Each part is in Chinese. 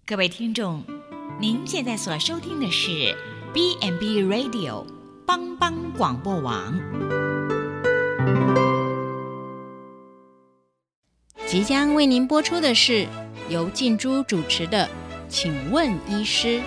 各位听众，您现在所收听的是 B&B Radio 帮帮广播网。 即将为您播出的是由静珠主持的《请问医师》。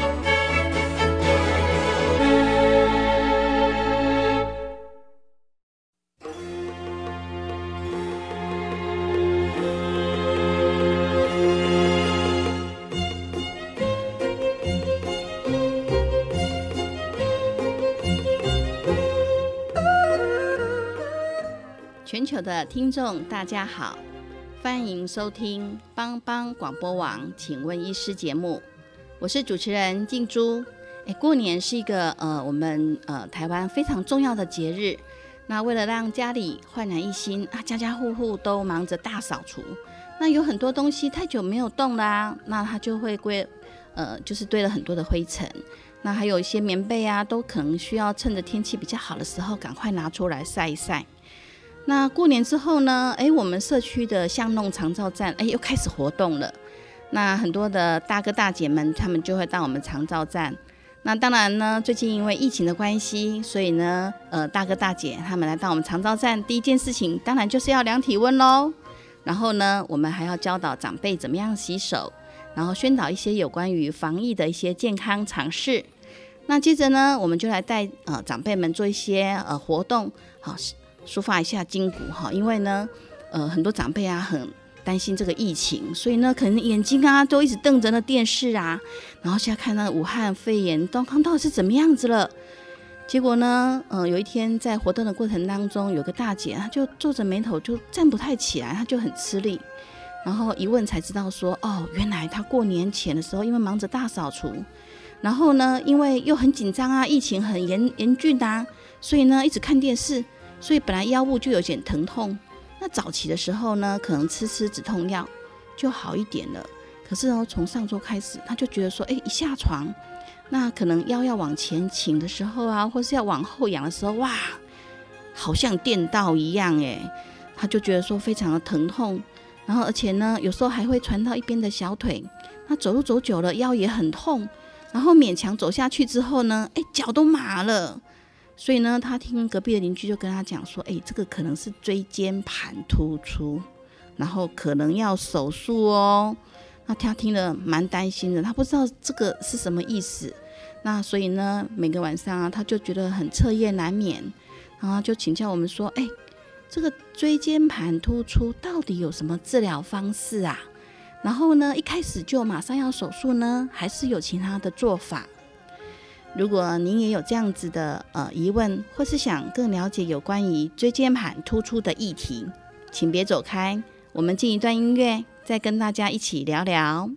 全球的听众大家好，欢迎收听帮帮广播网请问医师节目，我是主持人静珠。过年是一个我们台湾非常重要的节日，那为了让家里焕然一新家家户户都忙着大扫除，那有很多东西太久没有动啦，那它就会就是堆了很多的灰尘，那还有一些棉被都可能需要趁着天气比较好的时候赶快拿出来晒一晒。那过年之后呢，我们社区的巷弄长照站又开始活动了。那很多的大哥大姐们他们就会到我们长照站。那当然呢，最近因为疫情的关系，所以呢大哥大姐他们来到我们长照站，第一件事情当然就是要量体温咯。然后呢，我们还要教导长辈怎么样洗手，然后宣导一些有关于防疫的一些健康常识。那接着呢，我们就来带长辈们做一些活动，抒发一下筋骨，因为呢很多长辈很担心这个疫情，所以呢可能眼睛都一直瞪着那电视然后现在看那武汉肺炎到底是怎么样子了。结果呢有一天在活动的过程当中，有个大姐她就皱着眉头就站不太起来，她就很吃力，然后一问才知道说原来她过年前的时候因为忙着大扫除，然后呢因为又很紧张疫情很严峻所以呢一直看电视，所以本来腰部就有点疼痛，那早期的时候呢可能吃止痛药就好一点了，可是从上周开始他就觉得说一下床，那可能腰要往前倾的时候或是要往后仰的时候，哇好像电到一样他就觉得说非常的疼痛，然后而且呢有时候还会传到一边的小腿，那走路走久了腰也很痛，然后勉强走下去之后呢脚都麻了。所以呢他听隔壁的邻居就跟他讲说这个可能是椎间盘突出，然后可能要手术那他听了蛮担心的，他不知道这个是什么意思。那所以呢每个晚上他就觉得很彻夜难眠，然后就请教我们说这个椎间盘突出到底有什么治疗方式然后呢一开始就马上要手术呢，还是有其他的做法？如果您也有这样子的疑问，或是想更了解有关于椎间盘突出的议题，请别走开，我们进一段音乐，再跟大家一起聊聊。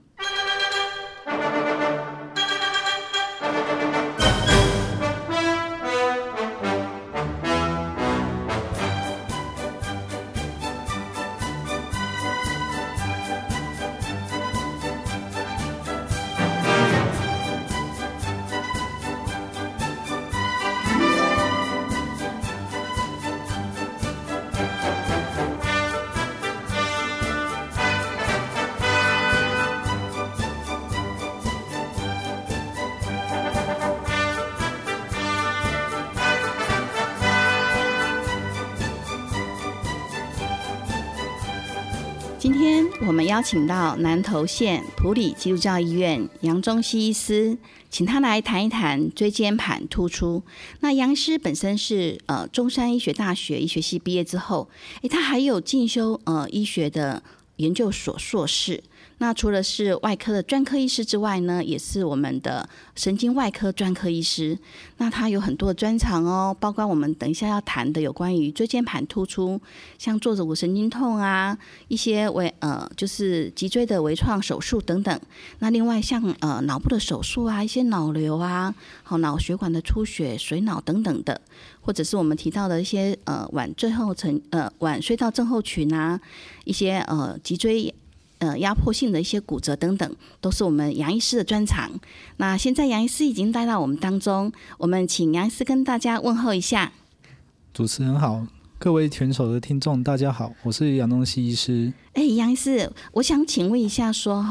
今天我们邀请到南投县埔里基督教医院杨宗熙医师，请他来谈一谈椎间盘突出。那杨医师本身是中山医学大学医学系毕业之后，他还有进修医学的研究所硕士。那除了是外科的专科医师之外呢，也是我们的神经外科专科医师。那他有很多的专长包括我们等一下要谈的有关于椎间盘突出，像坐着骨神经痛一些就是脊椎的微创手术等等。那另外像脑部的手术一些脑瘤脑血管的出血、水脑等等的，或者是我们提到的一些晚睡到症候群一些脊椎压迫性的一些骨折等等，都是我们杨医师的专长。那现在杨医师已经带到我们当中，我们请杨医师跟大家问候一下。 主持人好，各位全手的听众大家好，我是杨宗熙医师。 杨医师，我想请问一下说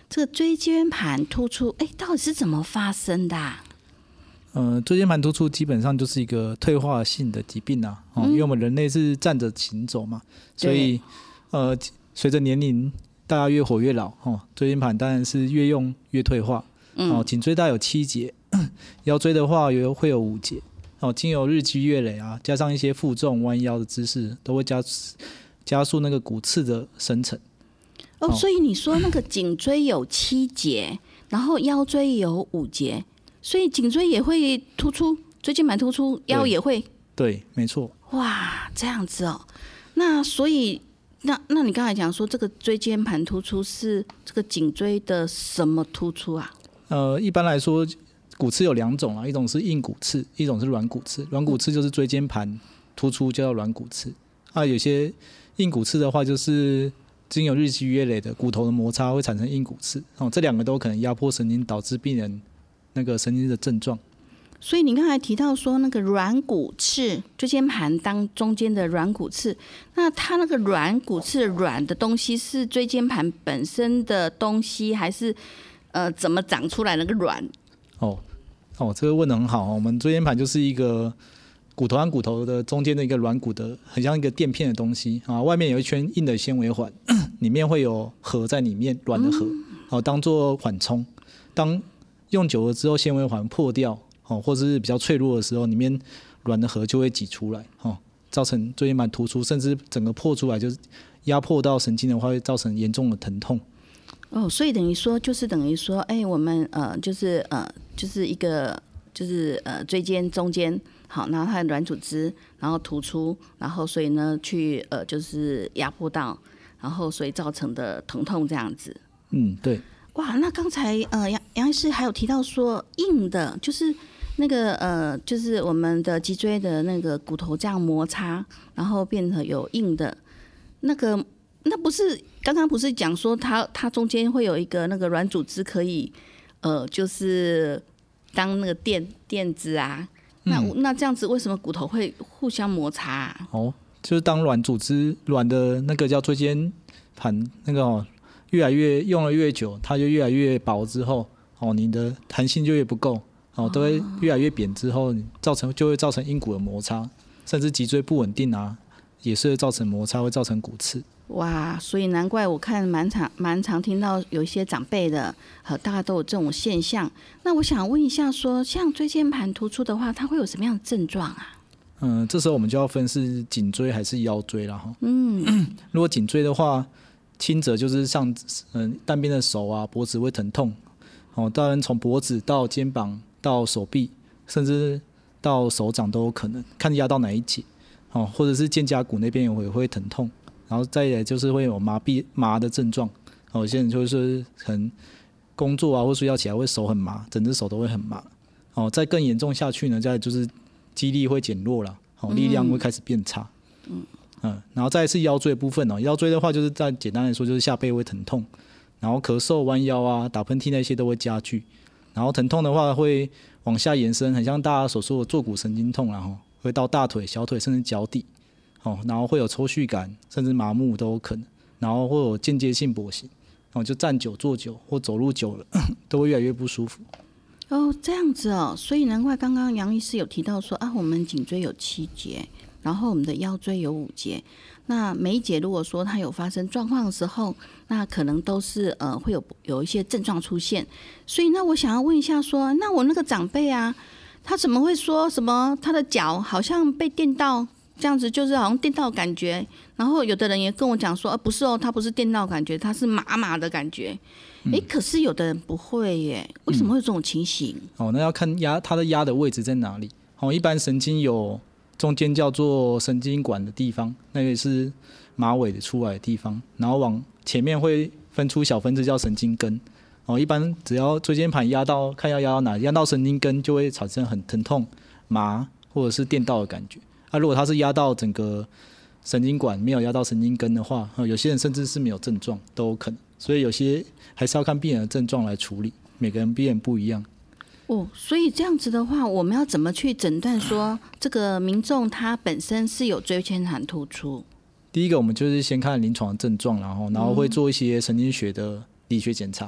这个椎间盘突出，到底是怎么发生的啊？ 椎间盘突出基本上就是一个退化性的疾病啊，因为我们人类是站着行走嘛，所以随着年龄大家越活越老，椎间盘当然是越用越退化。颈椎大概有7节，腰椎的话会有5节。经由日积月累啊，加上一些负重弯腰的姿势，都会加速那个骨刺的生成。 所以你说那个颈椎有7节，然后腰椎有5节，所以颈椎也会突出，椎间盘突出，腰也会。 对，没错。 哇，这样子哦。那所以那你刚才讲说这个椎间盘突出是这个颈椎的什么突出啊？ 一般来说，骨刺有2种啊，一种是硬骨刺，一种是软骨刺。软骨刺就是椎间盘突出，就叫软骨刺。有些硬骨刺的话，就是经由日积月累的骨头的摩擦会产生硬骨刺。这2个都可能压迫神经，导致病人那个神经的症状。 所以你刚才提到说那个软骨刺，椎间盘中间的软骨刺，那它那个软骨刺软的东西是椎间盘本身的东西，还是怎么长出来那个软？ 这个问得很好。我们椎间盘就是一个骨头和骨头的中间的一个软骨的，很像一个垫片的东西啊，外面有一圈硬的纤维环，里面会有核在里面，软的核，当做缓冲。当用久了之后，纤维环破掉，或者是比较脆弱的时候，里面软的核就会挤出来，造成椎间盘突出，甚至整个破出来，就是压迫到神经的话，会造成严重的疼痛。 所以等于说，我们就是一个椎间中间好，然后它的软组织然后突出，然后所以呢去就是压迫到，然后所以造成的疼痛这样子。 对。 哇，那刚才杨医师还有提到说硬的，就是那个就是我们的脊椎的那个骨头这样摩擦，然后变成有硬的那个。那不是刚刚不是讲说它中间会有一个那个软组织可以就是当那个垫子啊？那这样子为什么骨头会互相摩擦啊？ 就是当软组织软的那个叫椎间盘那个越来越用了越久，它就越来越薄之后，你的弹性就越不够，都会越来越扁之后，就会造成硬骨的摩擦，甚至脊椎不稳定啊，也是会造成摩擦，会造成骨刺。 哇，所以难怪我看蛮常听到有一些长辈的大概都有这种现象。那我想问一下说，像椎间盘突出的话，它会有什么样的症状啊？ 这时候我们就要分是颈椎还是腰椎啦。如果颈椎的话，轻则就是像单边的手啊、脖子会疼痛，当然从脖子到肩膀到手臂，甚至到手掌都有可能，看压到哪一节，或者是肩胛骨那边也会疼痛。然后再来就是会有麻的症状，有些人就是可能工作啊或睡觉起来会手很麻，整只手都会很麻。再更严重下去呢，再来就是肌力会减弱了，力量会开始变差。然后再来是腰椎的部分，腰椎的话就是再简单来说就是下背会疼痛，然后咳嗽、弯腰啊、打喷嚏那些都会加剧。然后疼痛的话会往下延伸，很像大家所说的坐骨神经痛，然后会到大腿、小腿甚至脚底。然后会有抽搐感，甚至麻木都有可能，然后会有间接性跛行，就站久、坐久或走路久了，都会越来越不舒服。 这样子所以难怪刚刚杨医师有提到说我们颈椎有7节，然后我们的腰椎有5节。那每一节如果说它有发生状况的时候，那可能都是会有一些症状出现。所以那我想要问一下说，那我那个长辈啊，他怎么会说什么他的脚好像被电到？这样子就是好像电到感觉，然后有的人也跟我讲说，不是他不是电到感觉，他是麻麻的感觉。可是有的人不会耶，为什么会有这种情形？ 那要看它的压的位置在哪里。一般神经有中间叫做神经管的地方，那个是马尾的出来的地方，然后往前面会分出小分支叫神经根。一般只要椎间盘看要压到哪里，压到神经根就会产生很疼痛、麻或者是电到的感觉。如果它是压到整个神经管，没有压到神经根的话，有些人甚至是没有症状都有可能。所以有些还是要看病人的症状来处理，每个人病人不一样。 所以这样子的话，我们要怎么去诊断说这个民众他本身是有椎间盘突出？第一个我们就是先看临床的症状，然后会做一些神经学的理学检查。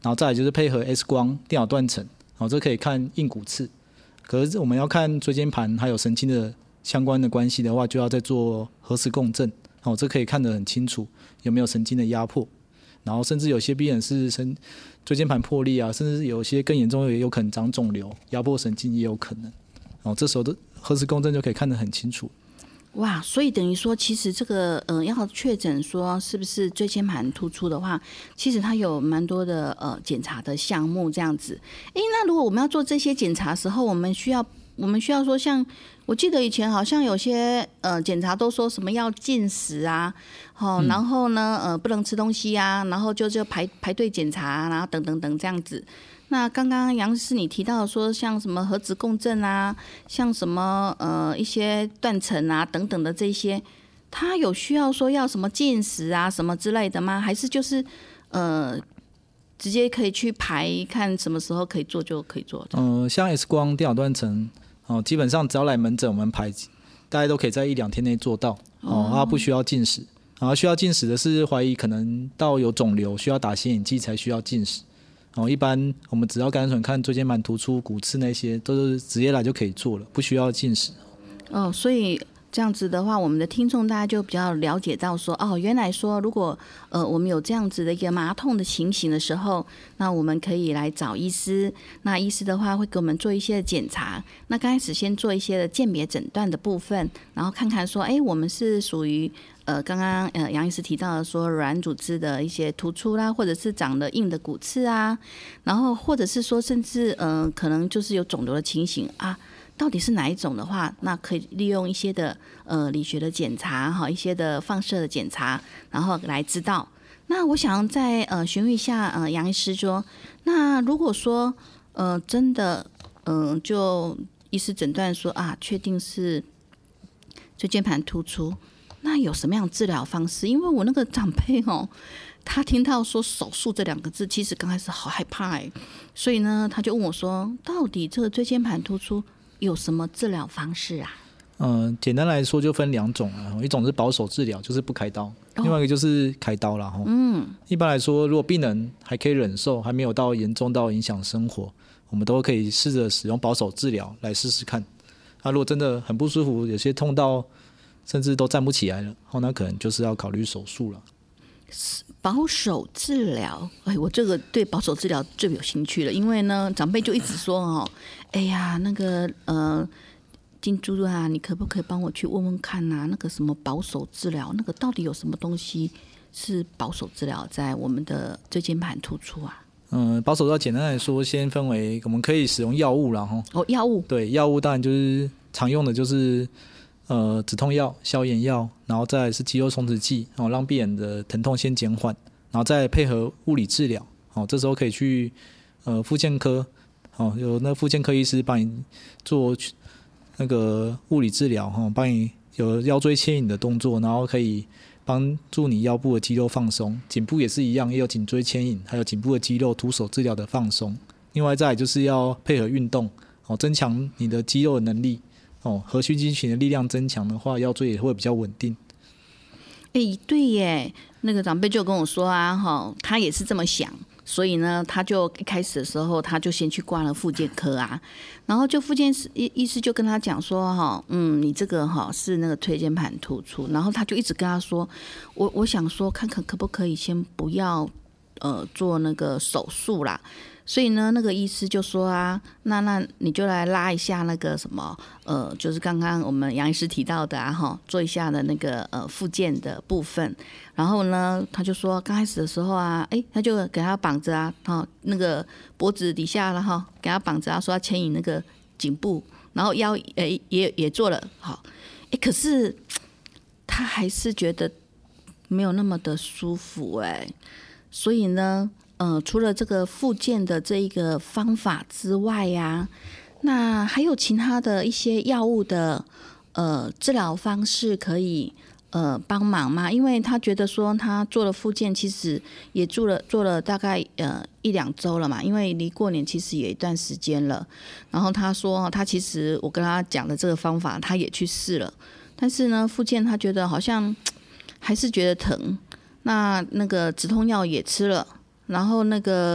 然后再来就是配合 X 光、电脑断层，这可以看硬骨刺。可是我们要看椎间盘还有神经的相关的关系的话，就要再做核磁共振，这可以看得很清楚有没有神经的压迫。然后甚至有些病人是椎间盘破裂啊，甚至有些更严重的也有可能长肿瘤，压迫神经也有可能。这时候的核磁共振就可以看得很清楚。 哇，所以等于说，其实这个要确诊说是不是椎间盘突出的话，其实它有蛮多的检查的项目这样子。那如果我们要做这些检查的时候，我们需要说，像我记得以前好像有些检查都说什么要禁食啊，然后呢不能吃东西啊，然后就排队检查，然后等等等这样子。那刚刚杨医师你提到说像什么核磁共振啊，像什么一些断层啊等等的这些，他有需要说要什么禁食啊什么之类的吗？还是就是直接可以去排看什么时候可以做就可以做的？ 像 X 光、电脑断层，基本上只要来门诊我们排，大家都可以在1-2天内做到。不需要禁食。需要禁食的是怀疑可能到有肿瘤需要打显影剂才需要禁食。一般我们只要单纯看椎间盘突出、骨刺那些，都是直接来就可以做了，不需要禁食。 所以这样子的话，我们的听众大家就比较了解到说，原来说如果我们有这样子的一个麻痛的情形的时候，那我们可以来找医师。那医师的话会给我们做一些检查。那刚开始先做一些的鉴别诊断的部分，然后看看说，我们是属于刚刚杨医师提到的说软组织的一些突出啦，或者是长得硬的骨刺啊，然后或者是说甚至可能就是有肿瘤的情形啊。到底是哪一种的话，那可以利用一些的理学的检查，一些的放射的检查，然后来知道。那我想再询问一下杨医师说，那如果说真的就医师诊断说确定是椎间盘突出，那有什么样的治疗方式？因为我那个长辈他听到说手术这2个字，其实刚开始好害怕所以呢他就问我说，到底这个椎间盘突出有什么治疗方式啊？ 简单来说就分2种一种是保守治疗，就是不开刀，另外一个就是开刀啦。一般来说，如果病人还可以忍受，还没有到严重到影响生活，我们都可以试着使用保守治疗来试试看。如果真的很不舒服，有些痛到甚至都站不起来了，那可能就是要考虑手术了。 保守治疗，我这个对保守治疗最有兴趣了，因为呢，长辈就一直说那个金珠啊，你可不可以帮我去问问看啊？那个什么保守治疗，那个到底有什么东西是保守治疗在我们的椎间盘突出啊？ 保守治疗简单来说，先分为我们可以使用药物啦药物， 对，药物当然就是常用的就是止痛药、消炎药，然后再来是肌肉松弛剂，让病人的疼痛先减缓，然后再配合物理治疗。这时候可以去复健科，有那复健科医师帮你做那个物理治疗，帮你有腰椎牵引的动作，然后可以帮助你腰部的肌肉放松。颈部也是一样，也有颈椎牵引，还有颈部的肌肉徒手治疗的放松。另外再来就是要配合运动，增强你的肌肉的能力。核心肌群的力量增强的话，腰椎也会比较稳定。 对耶，那个长辈就跟我说他也是这么想，所以呢，他就一开始的时候，他就先去挂了复健科然后就复健医师就跟他讲说你这个是那个椎间盘突出，然后他就一直跟他说，我想说看看可不可以先不要做那个手术啦。所以呢，那个医师就说那你就来拉一下那个什么就是刚刚我们杨医师提到的做一下的那个复健的部分。然后呢，他就说刚开始的时候他就给他绑着那个脖子底下了给他绑着说要牵引那个颈部，然后腰也做了可是他还是觉得没有那么的舒服所以呢。除了这个复健的这一个方法之外那还有其他的一些药物的治疗方式可以帮忙吗？因为他觉得说他做了复健，其实也做了大概1-2周了嘛，因为离过年其实也一段时间了。然后他说他其实我跟他讲的这个方法他也去试了，但是呢复健他觉得好像还是觉得疼，那个止痛药也吃了。然后那个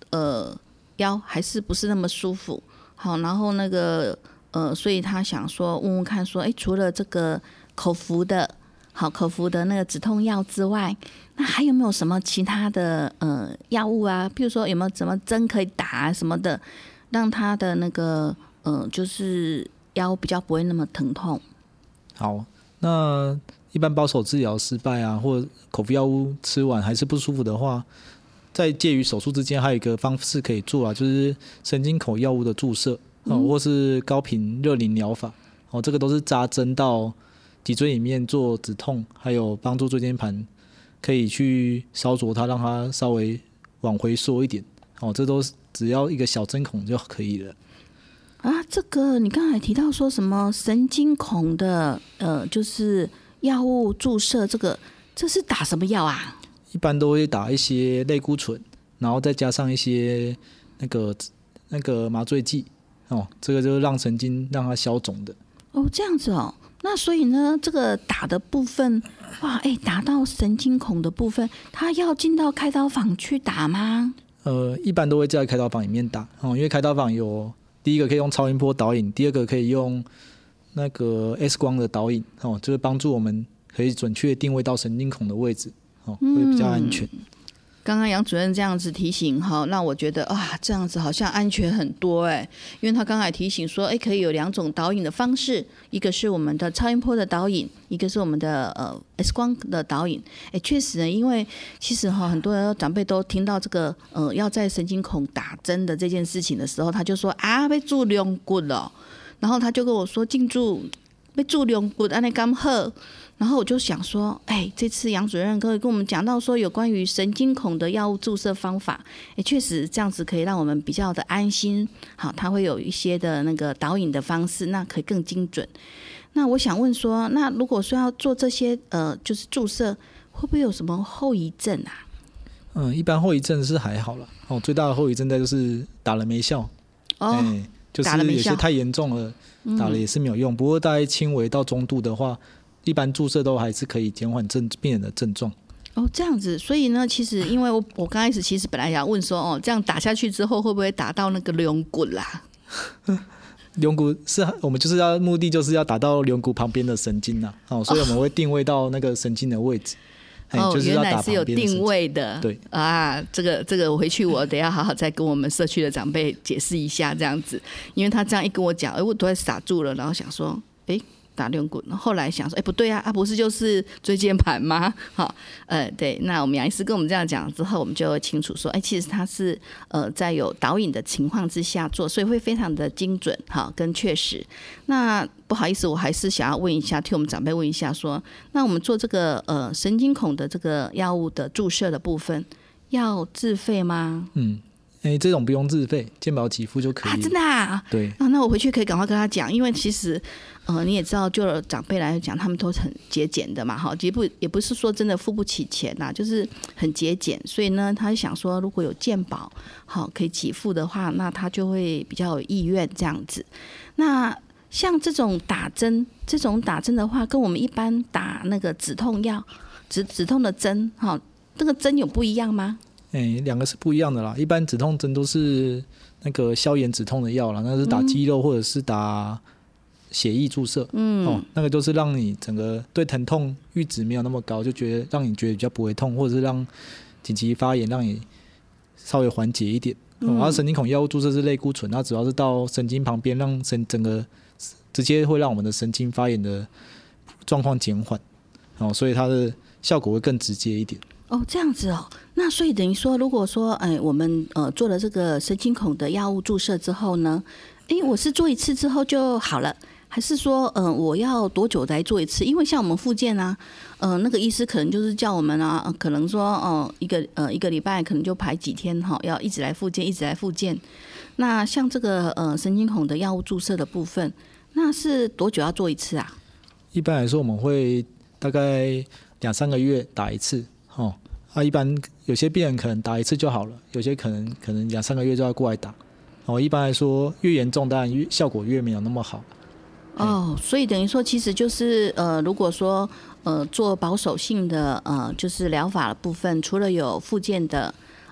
腰还是不是那么舒服，好，然后那个所以他想说问问看说，除了这个口服的那个止痛药之外，那还有没有什么其他的药物啊？譬如说有没有什么针可以打什么的，让他的那个就是腰比较不会那么疼痛。 好，那一般保守治疗失败啊，或者口服药物吃完还是不舒服的话，在介于手术之间还有一个方式可以做啊，就是神经口药物的注射，或是高频热凝疗法，这个都是扎针到脊椎里面做止痛，还有帮助椎间盘可以去烧灼它，让它稍微往回缩一点，这都只要一个小针孔就可以了。 啊，这个你刚才提到说什么神经孔的就是药物注射，这是打什么药啊？ 一般都会打一些类固醇，然后再加上一些那个麻醉剂，这个就是让神经让它消肿的。 这样子哦。那所以呢，这个打的部分，哇，打到神经孔的部分，他要进到开刀房去打吗？ 一般都会在开刀房里面打，因为开刀房有第一个可以用超音波导引，第二个可以用那个 X 光的导引，就是帮助我们可以准确定位到神经孔的位置，会比较安全。 刚刚杨主任这样子提醒让我觉得这样子好像安全很多因为他刚才提醒说可以有2种导引的方式，一个是我们的超音波的导引，一个是我们的X 光的导引。确实呢，因为其实很多人长辈都听到这个要在神经孔打针的这件事情的时候，他就说被注两骨了，然后他就跟我说进驻被注两骨安尼刚好。然后我就想说，这次杨主任跟我们讲到说有关于神经孔的药物注射方法，确实这样子可以让我们比较的安心。好，它会有一些的那个导引的方式，那可以更精准。那我想问说，那如果说要做这些就是注射，会不会有什么后遗症啊？ 一般后遗症是还好啦，最大的后遗症在就是打了没效。就是有些太严重了，打了也是没有用。不过大概轻微到中度的话，一般注射都还是可以减缓病人的症状。 这样子，所以呢，其实因为我刚开始其实本来想问说，这样打下去之后会不会打到那个龙骨啦？ 龙骨是我们就是目的就是要打到龙骨旁边的神经啦，所以我们会定位到那个神经的位置。就是要打旁边的神经。原来是有定位的。 对啊，这个我回去我等一下好好再跟我们社区的长辈解释一下这样子，因为他这样一跟我讲，我都会傻住了，然后想说，打龙骨，后来想说，不对啊，不是就是椎间盘吗？好，对，那我们杨医师跟我们这样讲之后，我们就会清楚说，其实他是在有导引的情况之下做，所以会非常的精准，好，跟确实。那不好意思，我还是想要问一下，替我们长辈问一下说，那我们做这个神经孔的这个药物的注射的部分，要自费吗？ 这种不用自费，健保给付就可以了。 真的啊？ 对那我回去可以赶快跟他讲，因为其实你也知道，就长辈来讲，他们都很节俭的嘛，也不是说真的付不起钱呐，就是很节俭，所以呢，他就想说，如果有健保可以给付的话，那他就会比较有意愿这样子。那像这种打针的话，跟我们一般打那个止痛药、止痛的针，这个针有不一样吗？ 两个是不一样的啦。一般止痛针都是那个消炎止痛的药啦，那是打肌肉或者是打血液注射。那个就是让你整个对疼痛阈值没有那么高，就让你觉得比较不会痛，或者是让紧急发炎让你稍微缓解一点。然后神经孔药物注射是类固醇，它主要是到神经旁边，让整个直接会让我们的神经发炎的状况减缓，所以它的效果会更直接一点。 这样子那所以等于说，如果说我们做了这个神经孔的药物注射之后呢，我是做一次之后就好了，还是说我要多久来做一次？因为像我们复健啊，那个医师可能就是叫我们啊，可能说一个礼拜可能就排几天要一直来复健，一直来复健。那像这个神经孔的药物注射的部分，那是多久要做一次啊？ 一般来说，我们会大概2-3个月打一次。一般有些病人可能打一次就好了，有些可能2-3个月就要过来打。一般来说，越严重当然效果越没有那么好。 所以等于说，其实就是如果说做保守性的就是疗法的部分，除了有复健的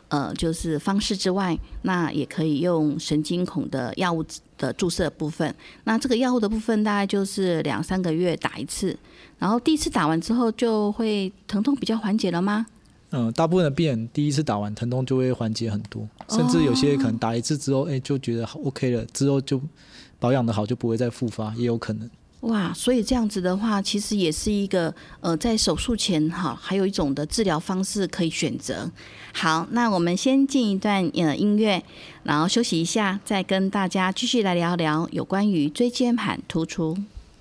就是方式之外，那也可以用神经孔的药物的注射部分。那这个药物的部分大概就是2-3个月打一次，然后第一次打完之后就会疼痛比较缓解了吗？ 大部分的病人第一次打完疼痛就会缓解很多，甚至有些可能打一次之后，就觉得 OK 了，之后就保养的好，就不会再复发，也有可能。 哇，所以这样子的话，其实也是一个在手术前还有一种的治疗方式可以选择。好，那我们先进一段音乐，然后休息一下，再跟大家继续来聊聊有关于椎间盘突出。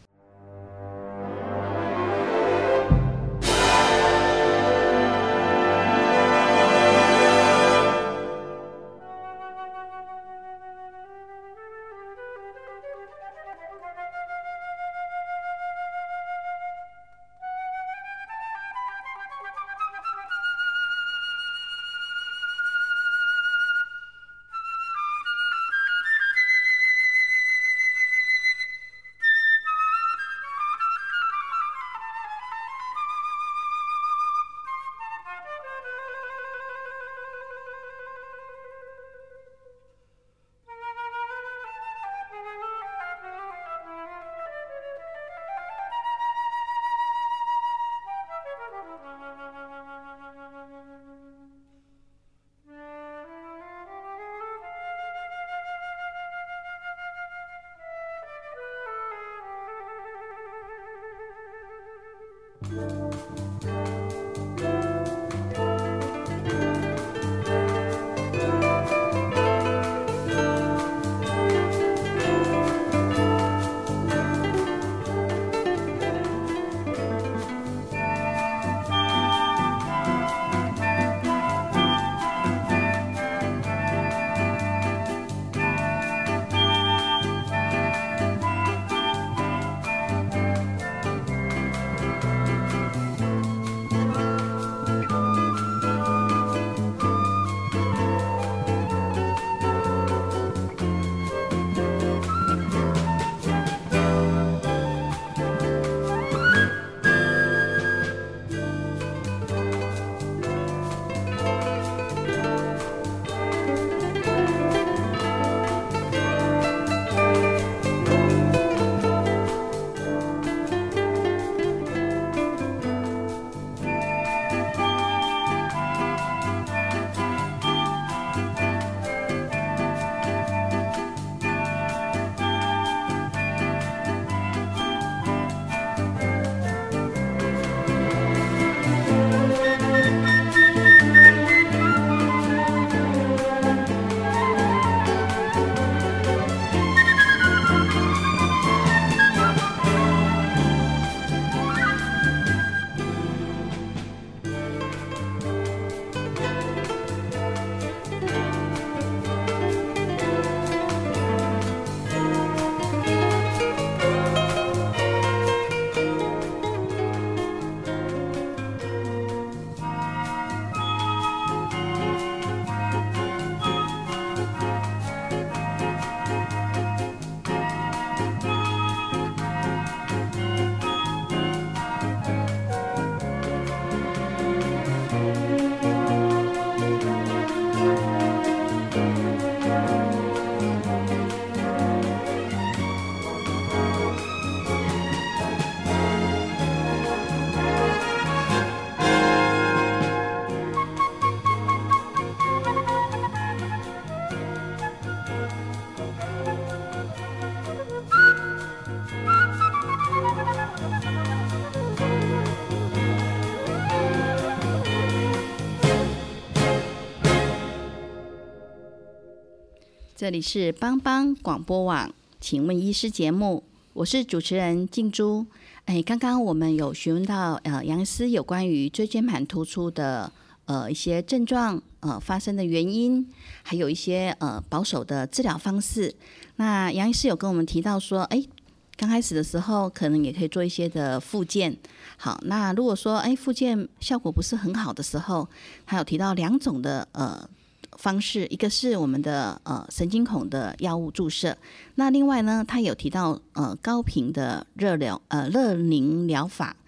这里是帮帮广播网，请问医师节目，我是主持人静珠。刚刚我们有询问到杨医师有关于椎间盘突出的一些症状发生的原因，还有一些保守的治疗方式。那杨医师有跟我们提到说，刚开始的时候可能也可以做一些的复健。好，那如果说复健效果不是很好的时候，他有提到2种的方式，一个是我们的神经孔的药物注射，那另外呢，他有提到高频的热凝疗法。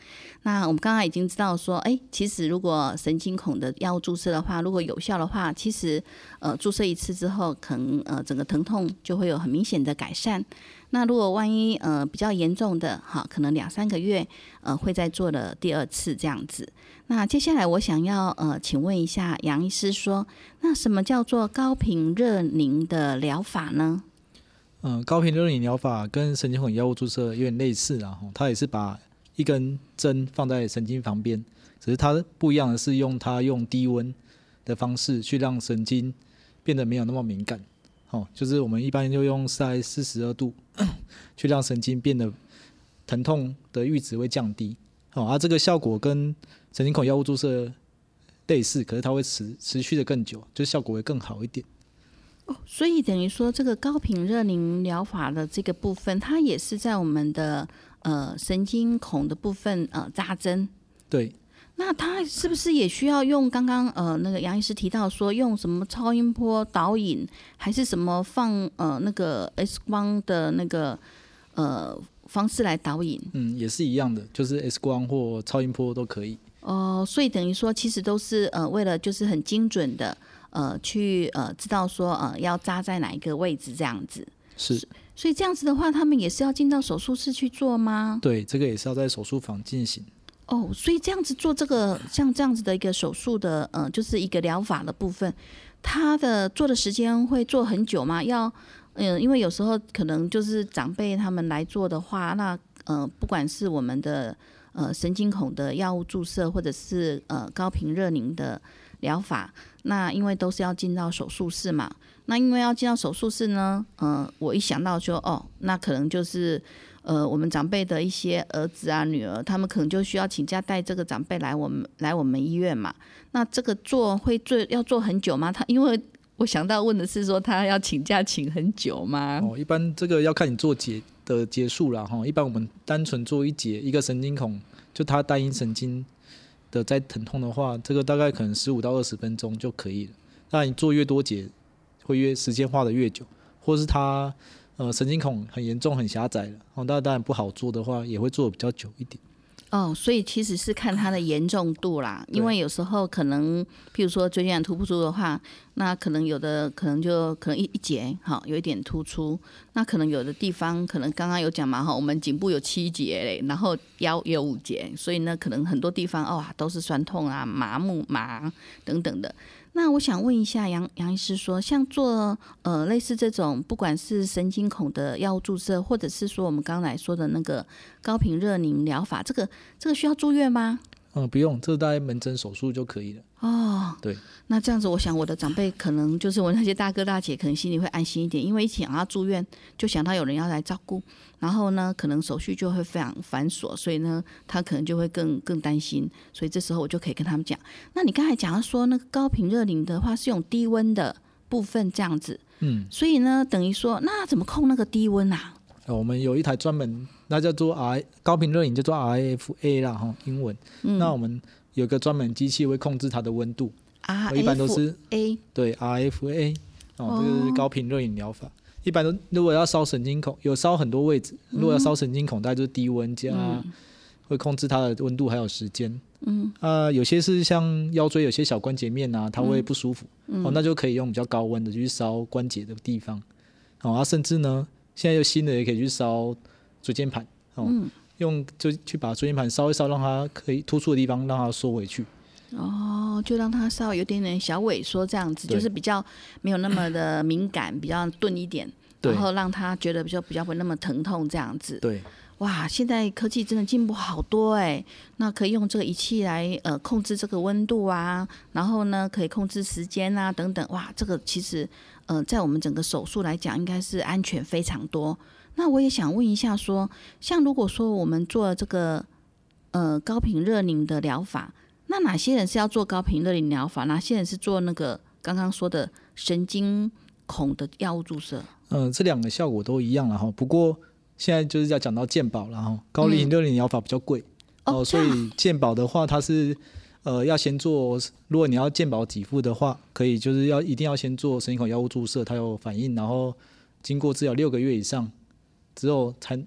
那我们刚刚已经知道说，其实如果神经孔的药物注射的话，如果有效的话，其实注射一次之后，可能整个疼痛就会有很明显的改善。那如果万一比较严重的，可能2-3个月会再做的第2次这样子。那接下来我想要请问一下杨医师说，那什么叫做高频热凝的疗法呢？ 高频热凝疗法跟神经孔药物注射有点类似啦，它也是把一根针放在神经旁边，只是它不一样的是用低温的方式去让神经变得没有那么敏感。就是我们一般就用在42度去让神经变得疼痛的阈值会降低。这个效果跟神经孔药物注射类似，可是它会持续的更久，就效果会更好一点。 所以等于说这个高频热凝疗法的这个部分，它也是在我们的神经孔的部分扎针。 对。 那它是不是也需要用刚刚那个杨医师提到说用什么超音波导引，还是什么放那个 X 光的那个方式来导引？ 也是一样的，就是 X 光或超音波都可以。 所以等于说其实都是为了就是很精准的去知道说要扎在哪一个位置这样子。 是。 所以这样子的话，他们也是要进到手术室去做吗？ 对，这个也是要在手术房进行。 所以这样子做这个像这样子的一个手术的就是一个疗法的部分，它的做的时间会做很久吗？因为有时候可能就是长辈他们来做的话，那不管是我们的神经孔的药物注射，或者是高频热凝的疗法，那因为都是要进到手术室嘛，那因为要进到手术室呢，我一想到说那可能就是我们长辈的一些儿子啊、女儿，他们可能就需要请假带这个长辈来我们医院嘛。那这个要做很久吗？因为我想到问的是说，他要请假请很久吗？ 一般这个要看你做的节数啦。一般我们单纯做一个神经孔，就它单一神经的在疼痛的话，这个大概可能15到20分钟就可以了。当然你做越多节，会时间花的越久，或是它神经孔很严重很狭窄了，那当然不好做的话，也会做的比较久一点。 所以其实是看它的严重度啦，因为有时候可能譬如说椎间盘突出的话，那可能有的可能一节有一点突出，那可能有的地方可能刚刚有讲嘛，我们颈部有7节嘞，然后腰也有5节，所以呢可能很多地方都是酸痛啊、麻等等的。那我想问一下杨医师说，像做类似这种不管是神经孔的药物注射，或者是说我们刚才说的那个高频热凝疗法，这个需要住院吗？ 不用，这大概门诊手术就可以了。对。 那这样子我想我的长辈可能就是我那些大哥大姐可能心里会安心一点，因为一想要住院就想到有人要来照顾，然后呢可能手续就会非常繁琐，所以呢他可能就会更担心，所以这时候我就可以跟他们讲，那你刚才讲到说那个高频热凝的话是用低温的部分这样子，所以呢等于说那怎么控那个低温啊？ 我们有一台专门，那叫做高频热凝，叫做 RFA 啦，英文。那我们有一个专门机器会控制它的温度，一般都是对 RFA，这个是高频热凝疗法。一般都如果要烧神经孔，有烧很多位置，如果要烧神经孔，大概就是低温加会控制它的温度还有时间。有些是像腰椎有些小关节面啊，它会不舒服，那就可以用比较高温的去烧关节的地方。甚至呢现在有新的也可以去烧椎间盘，就去把椎间盘烧一烧，让它可以突出的地方让它缩回去。 就让它稍微有点点小萎缩这样子，就是比较没有那么的敏感，比较钝一点，然后让它觉得比较不那么疼痛这样子。 对。 哇，现在科技真的进步好多那可以用这个仪器来控制这个温度啊，然后呢可以控制时间啊等等。哇，这个其实在我们整个手术来讲应该是安全非常多。那我也想问一下说，像如果说我们做这个高频热凝的疗法，那哪些人是要做高频热凝疗法，哪些人是做那个刚刚说的神经孔的药物注射？ 这两个效果都一样了，不过现在就是要讲到健保了，高频热凝疗法比较贵，所以健保的话它是要先做，如果你要健保给付的话，可以就是一定要先做神经孔药物注射，它有反应，然后经过治疗6个月以上之后才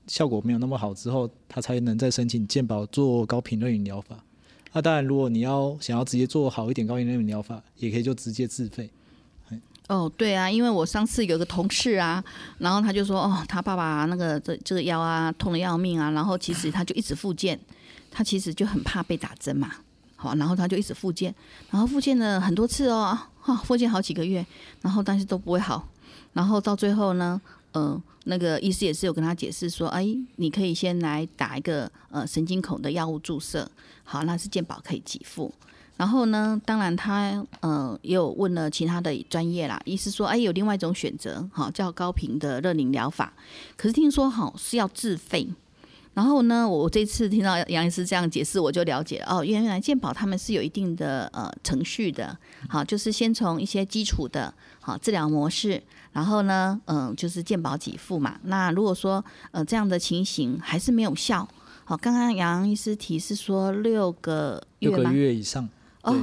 效果没有那么好之后，他才能再申请健保做高频热凝疗法。当然如果你想要直接做好一点高频热凝疗法，也可以就直接自费。 对啊，因为我上次有个同事啊，然后他就说他爸爸那个这个腰啊痛得要命啊，然后其实他就一直复健，他其实就很怕被打针嘛，好，然后他就一直复健，然后复健了很多次复健好几个月，然后但是都不会好，然后到最后呢，那个医师也是有跟他解释说，你可以先来打一个神经孔的药物注射，好，那是健保可以给付。然后呢，当然他也有问了其他的专业啦，医师说有另外一种选择，叫高频的热凝疗法，可是听说是要自费。然后呢，我这次听到杨医师这样解释，我就了解了原来健保他们是有一定的程序的，好，就是先从一些基础的治疗模式，然后呢就是健保给付嘛。那如果说这样的情形还是没有效，好，刚刚杨医师提示说6个月以上。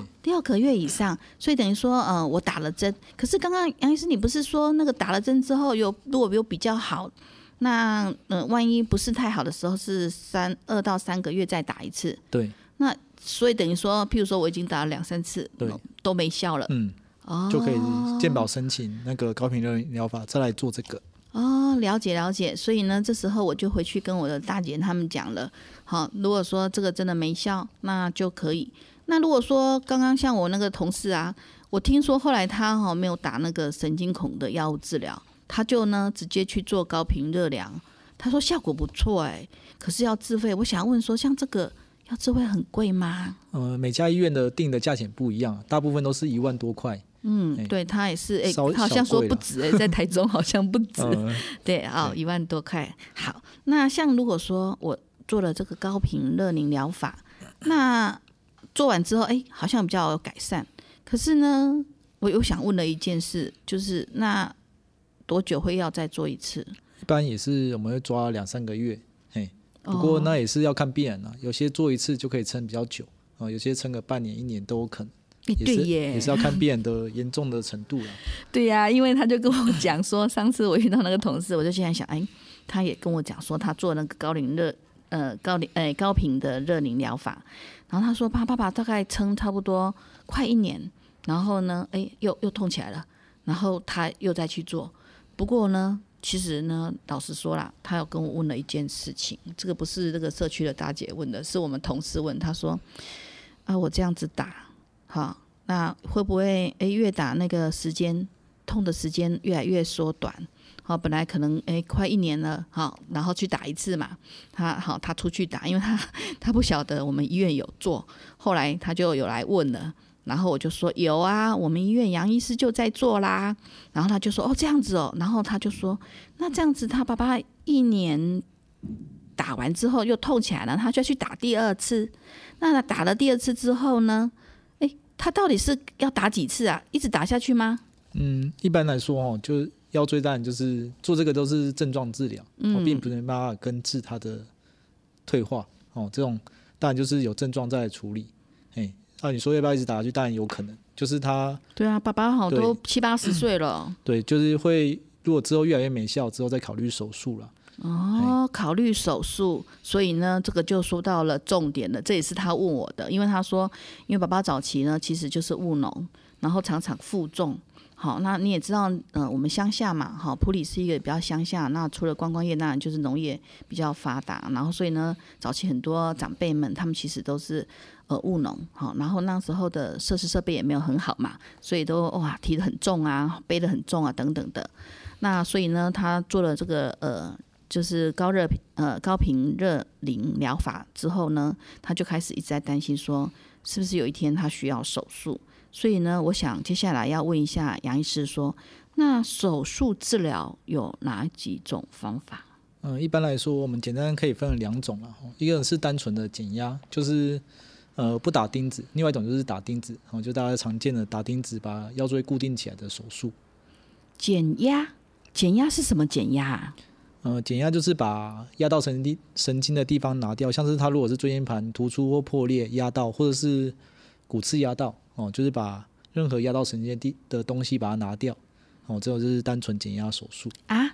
6个月以上，所以等于说我打了针，可是刚刚杨医师你不是说那个打了针之后如果有比较好，那万一不是太好的时候是2到3个月再打一次？ 对， 那所以等于说譬如说我已经打了2-3次都没效了， 就可以健保申请那个高频热凝疗法再来做这个。 了解，所以呢这时候我就回去跟我的大姐他们讲了，好，如果说这个真的没效那就可以。那如果说刚刚像我那个同事啊，我听说后来他没有打那个神经孔的药物治疗，他就呢直接去做高频热疗，他说效果不错可是要自费。我想要问说像这个要自费很贵吗？ 每家医院的定的价钱不一样，大部分都是1万多块。 对，他也是他好像说不止在台中好像不止对1万多块。好，那像如果说我做了这个高频热凝疗法，那做完之后好像比较有改善，可是呢我又想问了一件事，就是那多久会要再做一次？ 一般也是我们会抓2-3个月，不过那也是要看病人有些做一次就可以撑比较久，有些撑个半年1年都有可能。 对耶， 也是要看病人的严重的程度啦。 对呀，因为他就跟我讲说，上次我遇到那个同事，我就现在想，他也跟我讲说，他做那个高频的热凝疗法，然后他说爸爸大概撑差不多快1年，然后呢，又痛起来了，然后他又再去做。不过呢，其实呢，老实说啦，他有跟我问了一件事情，这个不是这个社区的大姐问的，是我们同事问，他说我这样子打。好，那会不会越打那个时间痛的时间越来越缩短？好，本来可能快1年了，好，然后去打一次嘛。他出去打，因为他不晓得我们医院有做，后来他就有来问了，然后我就说有啊，我们医院杨医师就在做啦。然后他就说这样子然后他就说那这样子他爸爸1年打完之后又痛起来了，他就要去打第2次。那打了第2次之后呢？他到底是要打几次啊？一直打下去吗？ 一般来说就是腰椎当然就是做这个都是症状治疗，并不能办法根治它的退化这种当然就是有症状再来处理。你说要不要一直打下去？当然有可能，就是他对啊，爸爸好都70-80岁了。 对，就是会如果之后越来越没效之后再考虑手术了。 考虑手术，所以呢，这个就说到了重点了。这也是他问我的，因为他说，因为爸爸早期呢其实就是务农，然后常常负重。好，那你也知道，我们乡下嘛，好，埔里是一个比较乡下，那除了观光业，当然就是农业比较发达。然后所以呢，早期很多长辈们他们其实都是务农，好，然后那时候的设施设备也没有很好嘛，所以都提得很重啊，背得很重啊等等的。那所以呢，他做了这个就是高频热凝疗法之后呢，他就开始一直在担心说，是不是有一天他需要手术。所以呢，我想接下来要问一下杨医师说，那手术治疗有哪几种方法？ 一般来说，我们简单可以分成2种啦。一个是单纯的减压，就是不打钉子；另外一种就是打钉子，就大家常见的打钉子把腰椎固定起来的手术。 减压是什么减压啊？ 减压就是把压到神经的地方拿掉，像是它如果是椎间盘突出或破裂压到，或者是骨刺压到，就是把任何压到神经的东西把它拿掉，这就是单纯减压手术啊。那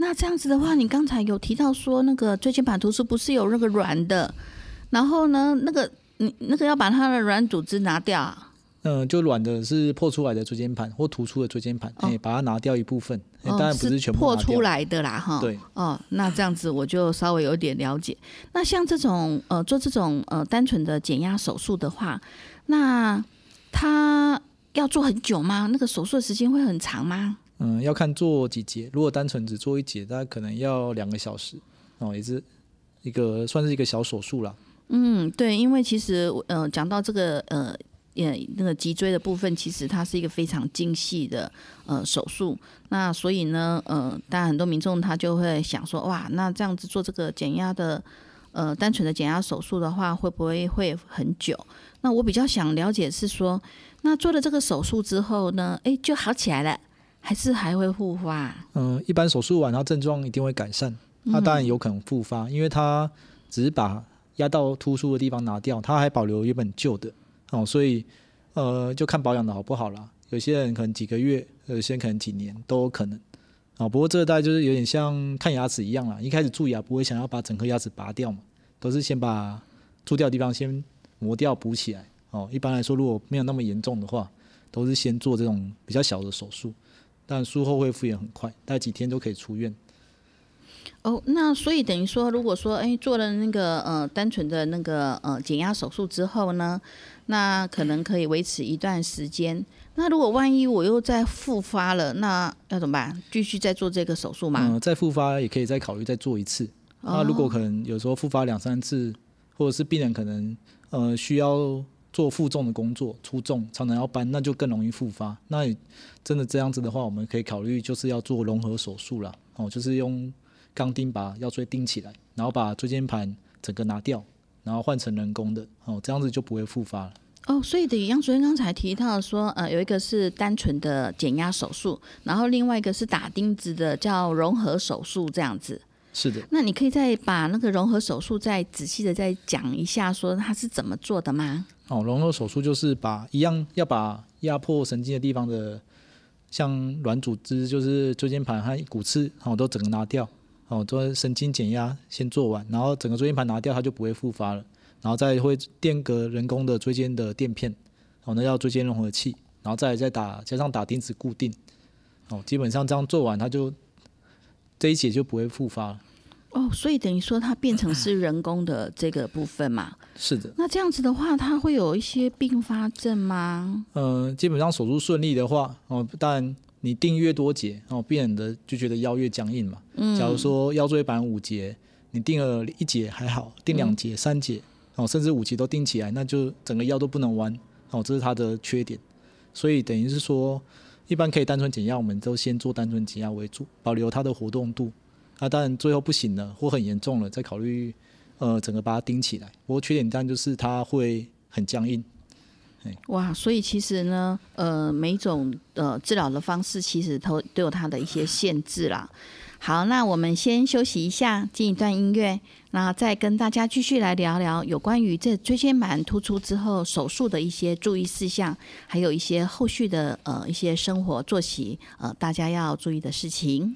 那这样子的话，你刚才有提到说那个椎间盘突出不是有那个软的，然后呢，你那个要把它的软组织拿掉啊？ 就软的是破出来的椎间盘或突出的椎间盘，把它拿掉一部分，当然不是全部拿掉， 是破出来的啦，哈。 对， 那这样子我就稍微有点了解。那像这种做这种单纯的减压手术的话，那它要做很久吗？那个手术的时间会很长吗？ 要看做几节，如果单纯只做一节，大概可能要2个小时，也是算是一个小手术啦。 对，因为其实讲到这个那个脊椎的部分，其实它是一个非常精细的手术。那所以呢，当然很多民众他就会想说，哇，那这样子做这个减压的单纯的减压手术的话，会不会很久？那我比较想了解是说，那做了这个手术之后呢，就好起来了，还是还会复发？ 一般手术完，它症状一定会改善，它当然有可能复发，因为它只是把压到突出的地方拿掉，它还保留原本旧的。所以就看保养的好不好啦。有些人可能几个月，有些人可能几年都有可能。不过这个大概就是有点像看牙齿一样啦，一开始蛀牙不会想要把整颗牙齿拔掉嘛，都是先把蛀掉的地方先磨掉补起来。一般来说如果没有那么严重的话，都是先做这种比较小的手术，但术后恢复也很快，大概几天就可以出院。 那所以等于说，如果说做了那个单纯的那个减压手术之后呢，那可能可以维持一段时间。那如果万一我又再复发了，那要怎么办？继续再做这个手术吗？ 再复发也可以再考虑再做一次。那如果可能有时候复发2-3次，或者是病人可能需要做负重的工作，出重常常要搬，那就更容易复发。那真的这样子的话，我们可以考虑就是要做融合手术啦。就是用钢钉把腰椎钉起来，然后把椎间盘整个拿掉，然后换成人工的，这样子就不会复发了。 所以等于杨主任刚才提到说，有一个是单纯的减压手术，然后另外一个是打钉子的，叫融合手术，这样子。 是的。 那你可以再把那个融合手术再仔细的再讲一下，说它是怎么做的吗？ 融合手术就是要把压迫神经的地方的，像软组织，就是椎间盘和骨刺，都整个拿掉。做神经减压先做完，然后整个椎间盘拿掉，它就不会复发了。然后再会垫个人工的椎间的垫片，那叫椎间融合器，然后再加上打钉子固定。基本上这样做完，它就这一节就不会复发了。 所以等于说它变成是人工的这个部分嘛？ 是的。 那这样子的话，它会有一些并发症吗？ 基本上手术顺利的话，当然你定越多节，病人的就觉得腰越僵硬嘛。假如说腰椎板5节，你定了1节还好，定2节、3节，甚至5节都定起来，那就整个腰都不能弯，这是它的缺点。所以等于是说，一般可以单纯减压，我们都先做单纯减压为主，保留它的活动度。当然最后不行了或很严重了，再考虑整个把它钉起来。不过缺点当然就是它会很僵硬。 哇，所以其实呢，每一种治疗的方式其实都有它的一些限制啦。好，那我们先休息一下，进一段音乐，那再跟大家继续来聊聊有关于这椎间盘突出之后手术的一些注意事项，还有一些后续的一些生活作息大家要注意的事情。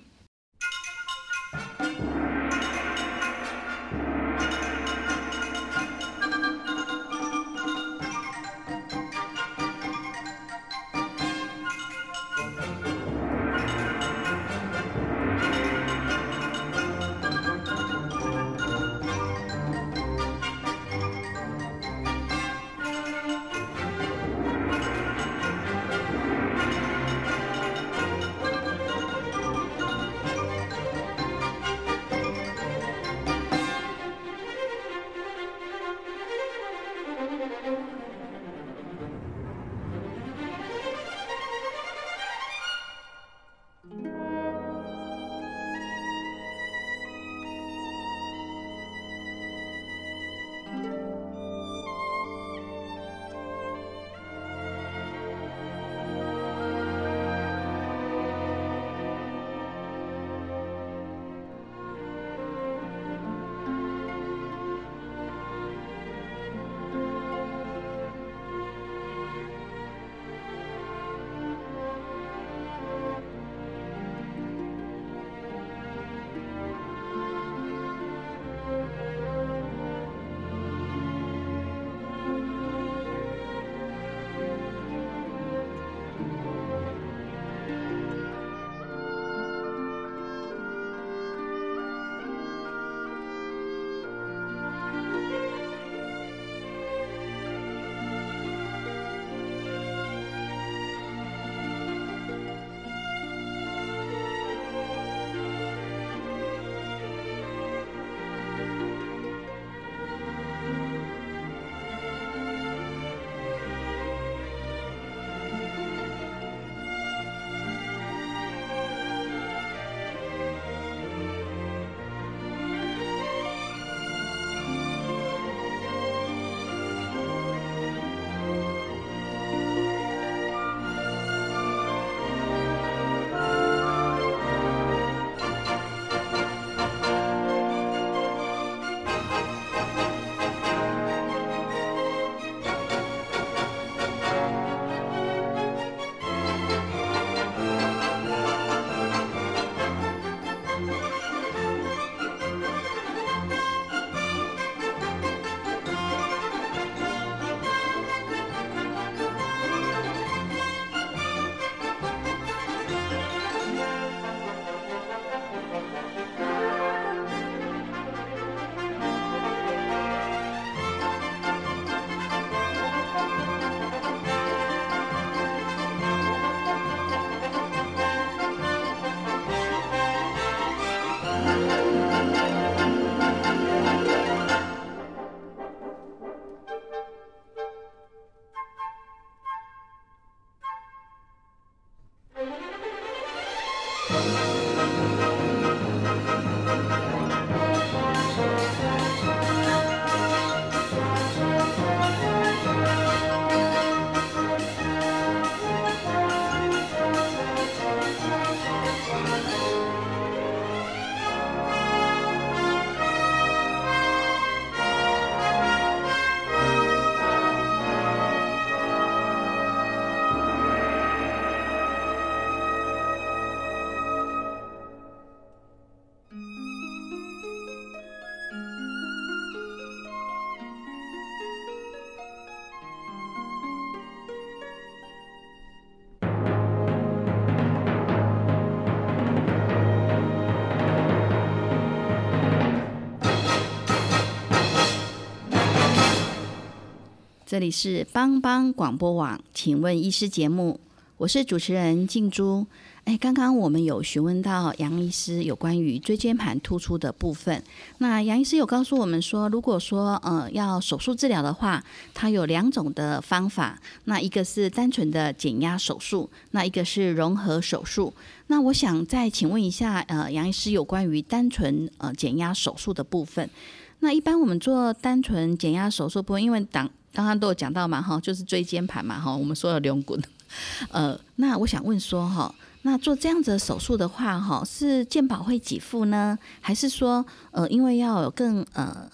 这里是帮帮广播网，请问医师节目，我是主持人静珠。刚刚我们有询问到杨医师有关于椎间盘突出的部分，那杨医师有告诉我们说，如果说要手术治疗的话，它有2种的方法，那一个是单纯的减压手术，那一个是融合手术。那我想再请问一下杨医师有关于单纯减压手术的部分。那一般我们做单纯减压手术部分，因为刚刚都有讲到嘛，就是椎间盘嘛，我们说的龙骨。那我想问说那做这样子的手术的话是健保会给付呢，还是说因为要有更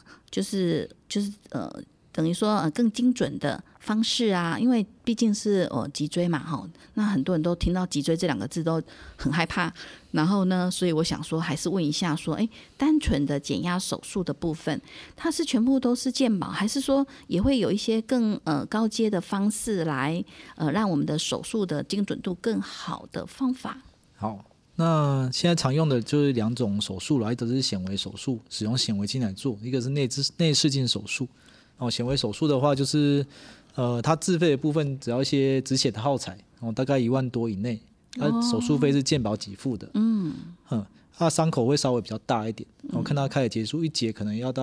等于说更精准的方式啊？因为毕竟是脊椎嘛那很多人都听到脊椎这2个字都很害怕，然后呢，所以我想说还是问一下说，单纯的减压手术的部分，它是全部都是健保，还是说也会有一些更高阶的方式来让我们的手术的精准度更好的方法？ 好，那现在常用的就是2种手术了，一个是显微手术，使用显微镜来做；一个是内视镜手术。显微手术的话，就是它自费的部分只要一些止血的耗材，大概1万多以内，手术费是健保给付的。它伤口会稍微比较大一点，我看它开始结束一节可能要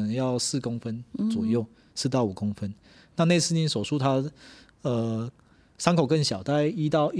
4公分左右，4到5公分。那内视镜手术它伤口更小，大概1到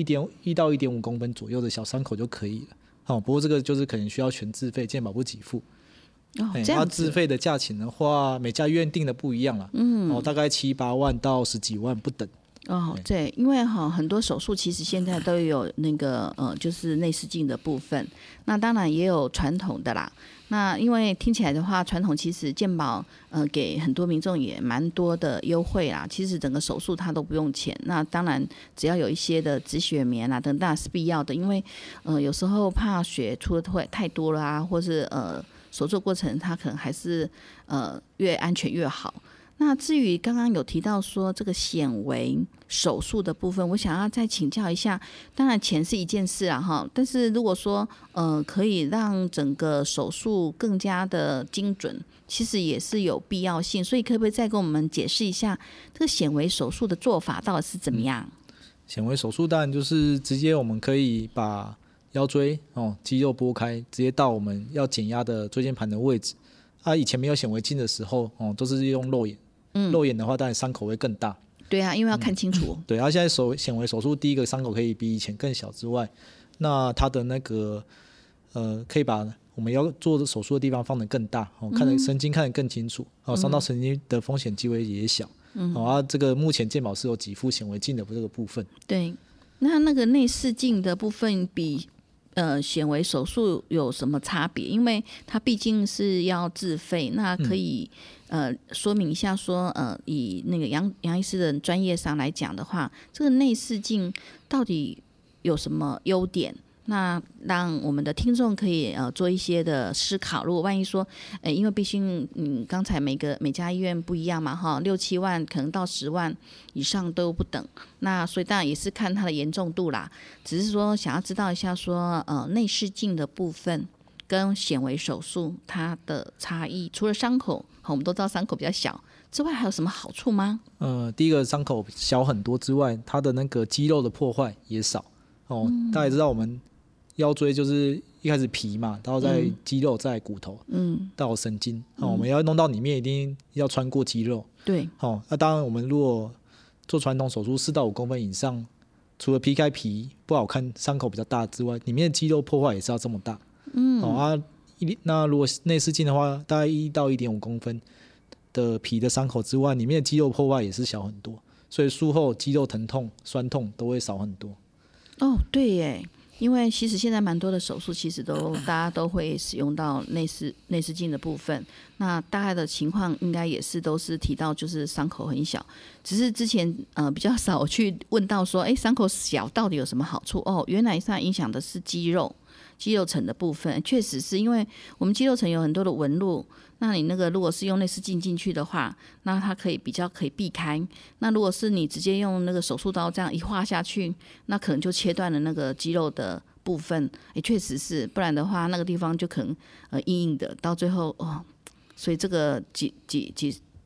1.5公分左右的小伤口就可以了。不过这个就是可能需要全自费，健保不给付。它自费的价钱的话，每家医院定的不一样啦，大概7、8万到10几万不等。 对，因为很多手术其实现在都有那个就是内视镜的部分，那当然也有传统的啦。那因为听起来的话，传统其实健保给很多民众也蛮多的优惠啦，其实整个手术它都不用钱。那当然只要有一些的止血棉啊等等是必要的，因为有时候怕血出的会太多了啊，或是手术过程它可能还是越安全越好。那至于刚刚有提到说这个显微手术的部分，我想要再请教一下，当然钱是一件事啊但是如果说可以让整个手术更加的精准，其实也是有必要性，所以可不可以再跟我们解释一下这个显微手术的做法到底是怎么样？ 显微手术当然就是直接我们可以把腰椎肌肉拨开，直接到我们要减压的椎间盘的位置。以前没有显微镜的时候都是用肉眼，肉眼的话当然伤口会更大。 对啊，因为要看清楚。 对，现在显微手术第一个伤口可以比以前更小之外，那它的那个可以把我们要做的手术的地方放得更大，看得神经看得更清楚，伤到神经的风险机会也小。这个目前健保是有给付显微镜的这个部分。 对，那个内视镜的部分比显微手术有什么差别？因为它毕竟是要自费，那可以说明一下说以那个杨医师的专业上来讲的话，这个内视镜到底有什么优点？那让我们的听众可以做一些的思考。如果万一说因为毕竟刚才每家医院不一样嘛6、7万可能到10万以上都不等，那所以当然也是看它的严重度啦，只是说想要知道一下说内视镜的部分跟显微手术它的差异，除了伤口我们都知道伤口比较小之外，还有什么好处吗？ 第一个伤口小很多之外，它的那个肌肉的破坏也少大家也知道我们腰椎就是一开始皮嘛，然后再肌肉，再骨头，到神经，我们要弄到里面一定要穿过肌肉。 对， 那当然我们如果做传统手术4到5公分以上，除了劈开皮不好看，伤口比较大之外，里面的肌肉破坏也是要这么大。那如果内视镜的话，大概1到1.5公分的皮的伤口之外，里面的肌肉破坏也是小很多，所以术后肌肉疼痛、酸痛都会少很多。 对耶。因为其实现在蛮多的手术其实大家都会使用到内视镜的部分，那大概的情况应该也是都是提到就是伤口很小，只是之前比较少去问到说伤口小到底有什么好处原来它影响的是肌肉层的部分。确实是因为我们肌肉层有很多的纹路，那你那个如果是用内视镜进去的话，那它比较可以避开，那如果是你直接用那个手术刀这样一划下去，那可能就切断了那个肌肉的部分。确实是，不然的话那个地方就可能硬硬的，到最后所以这个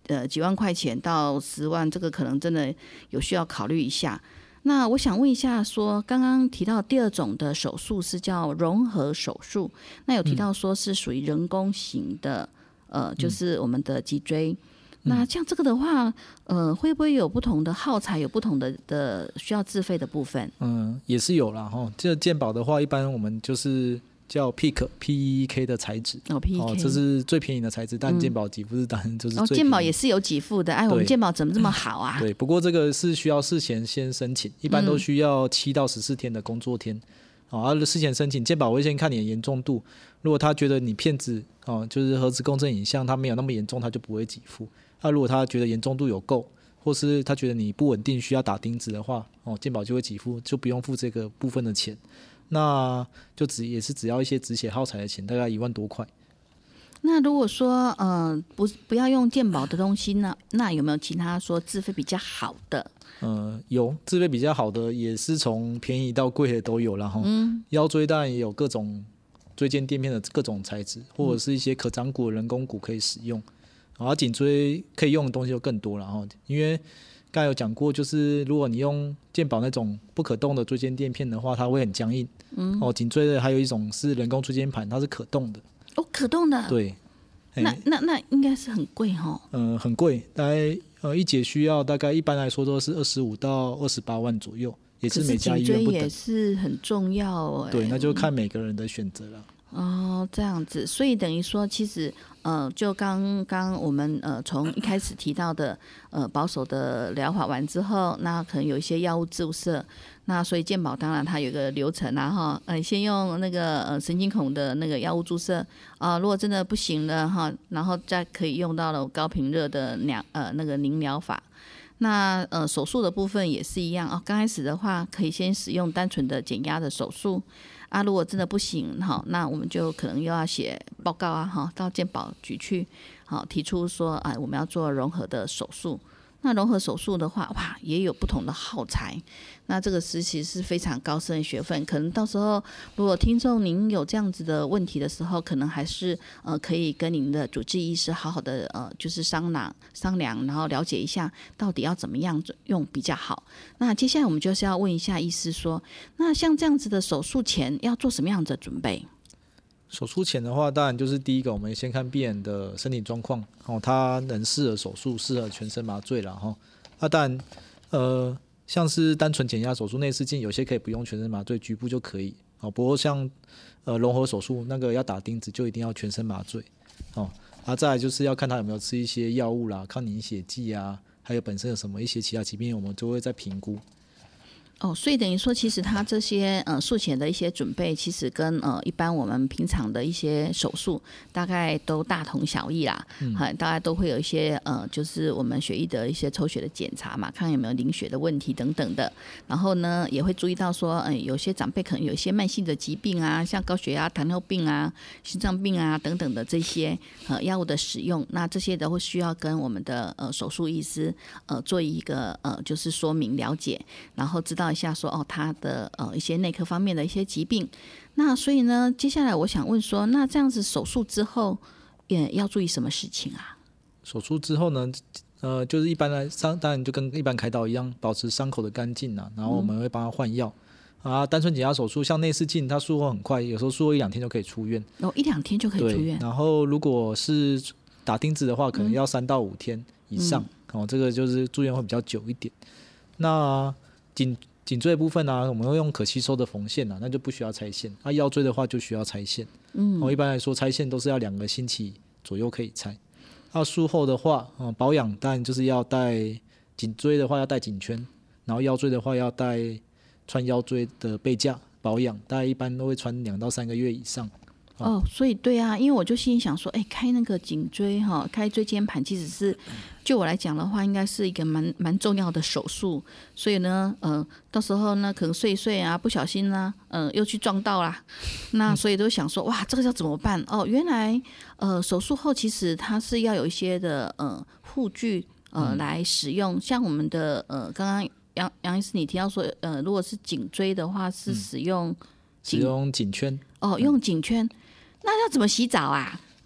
几万块钱到10万，这个可能真的有需要考虑一下。那我想问一下说，刚刚提到第2种的手术是叫融合手术，那有提到说是属于人工型的，就是我们的脊椎。那像这个的话，会不会有不同的耗材，有不同的需要自费的部分？ 也是有啦哈。这健保的话，一般我们就是叫 PEEK 的材质 PEEK 这是最便宜的材质，但健保给付是当然就是最便宜的。 健保也是有给付的，我们健保怎么这么好啊？ 对，不过这个是需要事前先申请，一般都需要7到14天的工作天。事前申请，健保会先看你的严重度，如果他觉得你片子就是核磁共振影像，它没有那么严重，他就不会给付。如果他觉得严重度有够，或是他觉得你不稳定需要打钉子的话，健保就会给付，就不用付这个部分的钱。那就也是只要一些止血耗材的钱，大概1万多块。 那如果说不要用健保的东西呢，那有没有其他说自费比较好的？ 有自费比较好的，也是从便宜到贵的都有啦。腰椎当然也有各种椎间垫片的各种材质，或者是一些可长骨的人工骨可以使用。颈椎可以用的东西就更多了，因为刚才有讲过，就是如果你用健保那种不可动的椎间垫片的话，它会很僵硬。颈椎的还有一种是人工椎间盘，它是可动的。 可动的。 对。 那应该是很贵齁。 很贵，大概一节需要大概一般来说都是25到28万左右，也是每家医院不等。 颈椎也是很重要对，那就看每个人的选择了。 这样子，所以等于说，其实就刚刚我们从一开始提到的保守的疗法完之后，那可能有一些药物注射，那所以健保当然它有一个流程啊先用那个神经孔的那个药物注射如果真的不行了然后再可以用到了高频热的那个凝疗法。那手术的部分也是一样刚开始的话可以先使用单纯的减压的手术如果真的不行那我们就可能又要写报告到健保局去提出说我们要做融合的手术。那融合手术的话也有不同的耗材，那这个其实是非常高深的学分，可能到时候如果听众您有这样子的问题的时候，可能还是可以跟您的主治医师好好的就是商量，然后了解一下到底要怎么样用比较好。那接下来我们就是要问一下医师说，那像这样子的手术前要做什么样的准备？ 手术前的话，当然就是第一个，我们先看病人的身体状况，他能适合手术，适合全身麻醉啦。当然，像是单纯减压手术、内视镜，有些可以不用全身麻醉，局部就可以。不过像融合手术那个要打钉子，就一定要全身麻醉。再来就是要看他有没有吃一些药物啦、抗凝血剂啊，还有本身有什么一些其他疾病，我们就会再评估。 所以等于说，其实他这些术前的一些准备，其实跟一般我们平常的一些手术大概都大同小异啦。大概都会有一些就是我们血液的一些抽血的检查嘛，看有没有凝血的问题等等的。然后呢，也会注意到说，有些长辈可能有一些慢性的疾病啊，像高血压、糖尿病啊、心脏病啊等等的这些药物的使用，那这些都会需要跟我们的手术医师做一个就是说明了解，然后知道一下说他的一些内科方面的一些疾病。那所以呢，接下来我想问说，那这样子手术之后也要注意什么事情啊？ 手术之后呢，就是一般来当然就跟一般开刀一样，保持伤口的干净然后我们会帮他换药。单纯减压手术像内视镜，它术后很快，有时候术后1-2天就可以出院。 1-2天就可以出院。 然后如果是打钉子的话，可能要3到5天以上。这个就是住院会比较久一点。那颈椎的部分我们会用可吸收的缝线那就不需要拆线。腰椎的话就需要拆线。一般来说拆线都是要2个星期左右可以拆。术后的话，保养当然就是要戴颈椎的话要戴颈圈，然后腰椎的话要穿腰椎的背架保养，大概一般都会穿2到3个月以上。 所以对啊，因为我就心里想说，开那个颈椎开椎间盘，其实是就我来讲的话，应该是一个蛮重要的手术。所以呢，到时候呢，可能睡一睡不小心又去撞到啦，那所以都想说，哇，这个要怎么办？原来手术后其实它是要有一些的护具来使用，像我们的刚刚杨医师你提到说，如果是颈椎的话是使用颈圈。 用颈圈。 用颈圈。那要怎么洗澡啊？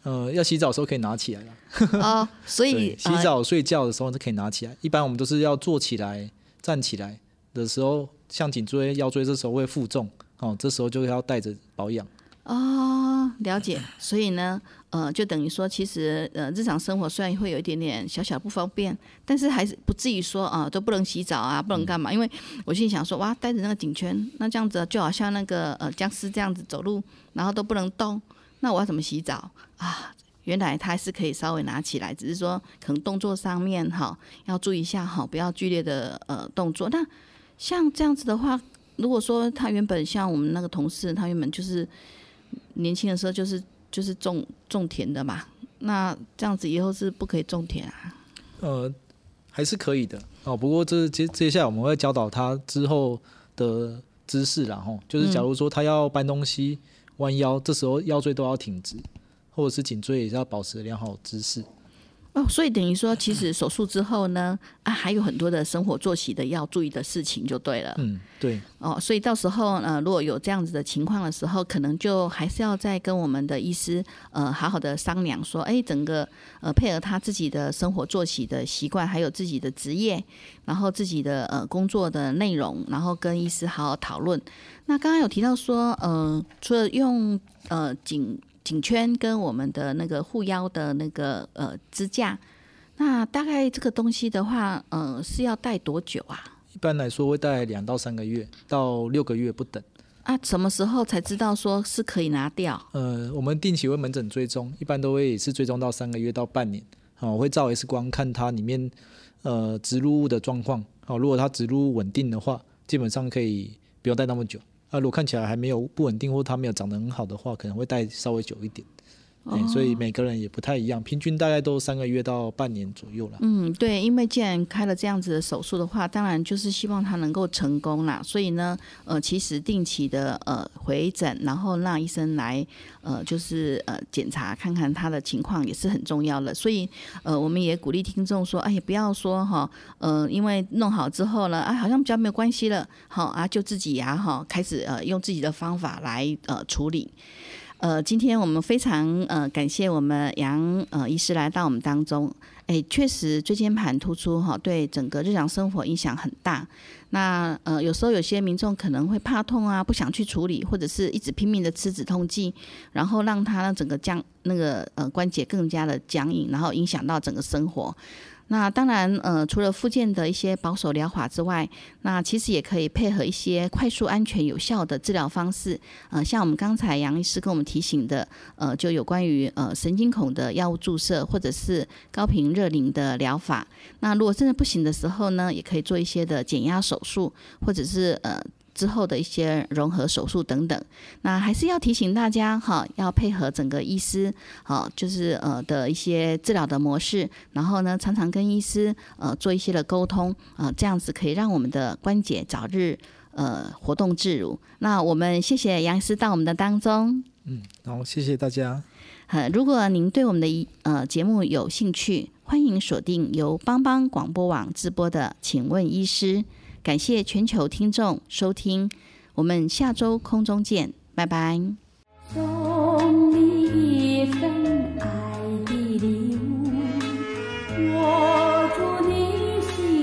要洗澡的时候可以拿起来啦。 所以洗澡、睡觉的时候是可以拿起来。一般我们都是要坐起来、站起来的时候，像颈椎、腰椎这时候会负重，这时候就要带着保养。 了解。所以呢，就等于说，其实日常生活虽然会有一点点小小不方便，但是还是不至于说都不能洗澡啊，不能干嘛。因为我心里想说，哇，带着那个颈圈，那这样子就好像那个僵尸这样子走路，然后都不能动，那我要怎么洗澡啊？原来它还是可以稍微拿起来，只是说可能动作上面要注意一下不要剧烈的动作。那像这样子的话，如果说他原本像我们那个同事，他原本就是年轻的时候就是种田的嘛，那这样子以后是不可以种田啊？ 还是可以的不过接下来我们会教导他之后的姿势啦就是假如说他要搬东西、弯腰，这时候腰椎都要挺直，或者是颈椎也是要保持良好的姿势。 所以等于说，其实手术之后呢，还有很多的生活作息的要注意的事情就对了。 对。 所以到时候如果有这样子的情况的时候，可能就还是要再跟我们的医师好好的商量说，整个配合他自己的生活作息的习惯，还有自己的职业，然后自己的工作的内容，然后跟医师好好讨论。那刚刚有提到说，除了用颈圈跟我们的那个护腰的那个支架，那大概这个东西的话，是要戴多久啊？ 一般来说会戴2到3个月到6个月不等。 什么时候才知道说是可以拿掉？ 我们定期会门诊追踪，一般都会是追踪到3个月到半年。会照 X 光看它里面植入物的状况。如果它植入物稳定的话，基本上可以不用戴那么久。如果看起来还没有不稳定，或它没有长得很好的话，可能会戴稍微久一点。所以每个人也不太一样，平均大概都3个月到半年左右啦。 对，因为既然开了这样子的手术的话，当然就是希望他能够成功啦。所以呢，其实定期的回诊，然后让医生来就是检查看看他的情况也是很重要的。所以我们也鼓励听众说，不要说因为弄好之后呢，好像比较没有关系了，就自己开始用自己的方法来处理。今天我们非常感谢我们杨医师来到我们当中。确实椎间盘突出对整个日常生活影响很大。那有时候有些民众可能会怕痛啊，不想去处理，或者是一直拼命的吃止痛剂，然后让他整个关节更加的僵硬，然后影响到整个生活。那当然除了复健的一些保守疗法之外，那其实也可以配合一些快速、安全、有效的治疗方式。像我们刚才杨医师跟我们提醒的就有关于神经孔的药物注射，或者是高频热凝的疗法。那如果真的不行的时候呢，也可以做一些的减压手术，或者是之后的一些融合手术等等。那还是要提醒大家要配合整个医师就是的一些治疗的模式，然后呢常常跟医师做一些的沟通，这样子可以让我们的关节早日活动自如。那我们谢谢杨医师到我们的当中。 好，谢谢大家。 如果您对我们的节目有兴趣，欢迎锁定由帮帮广播网直播的请问医师。感谢全球听众收听，我们下周空中见，拜拜。 送你一份爱的礼物，我祝你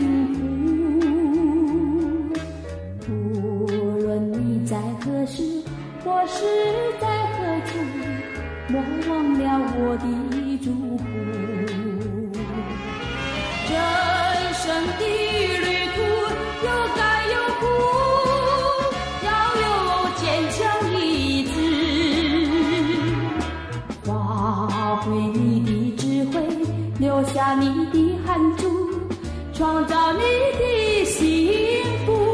幸福。无论你在何时或是在何处，莫忘了我的祝福。人生的旅途有甘有苦，要有坚强意志，发挥你的智慧，留下你的汗珠，创造你的幸福。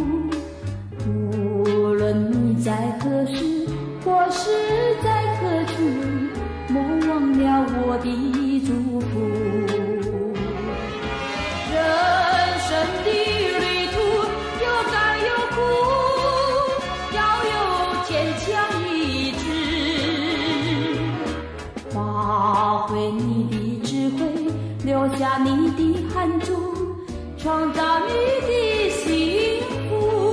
在何时或是在何处， 的汗珠，创造你的幸福。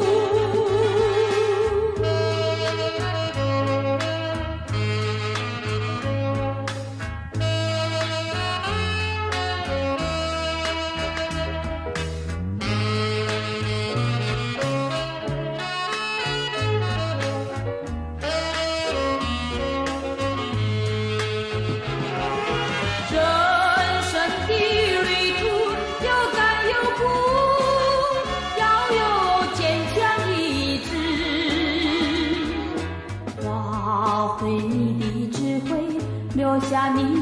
留下你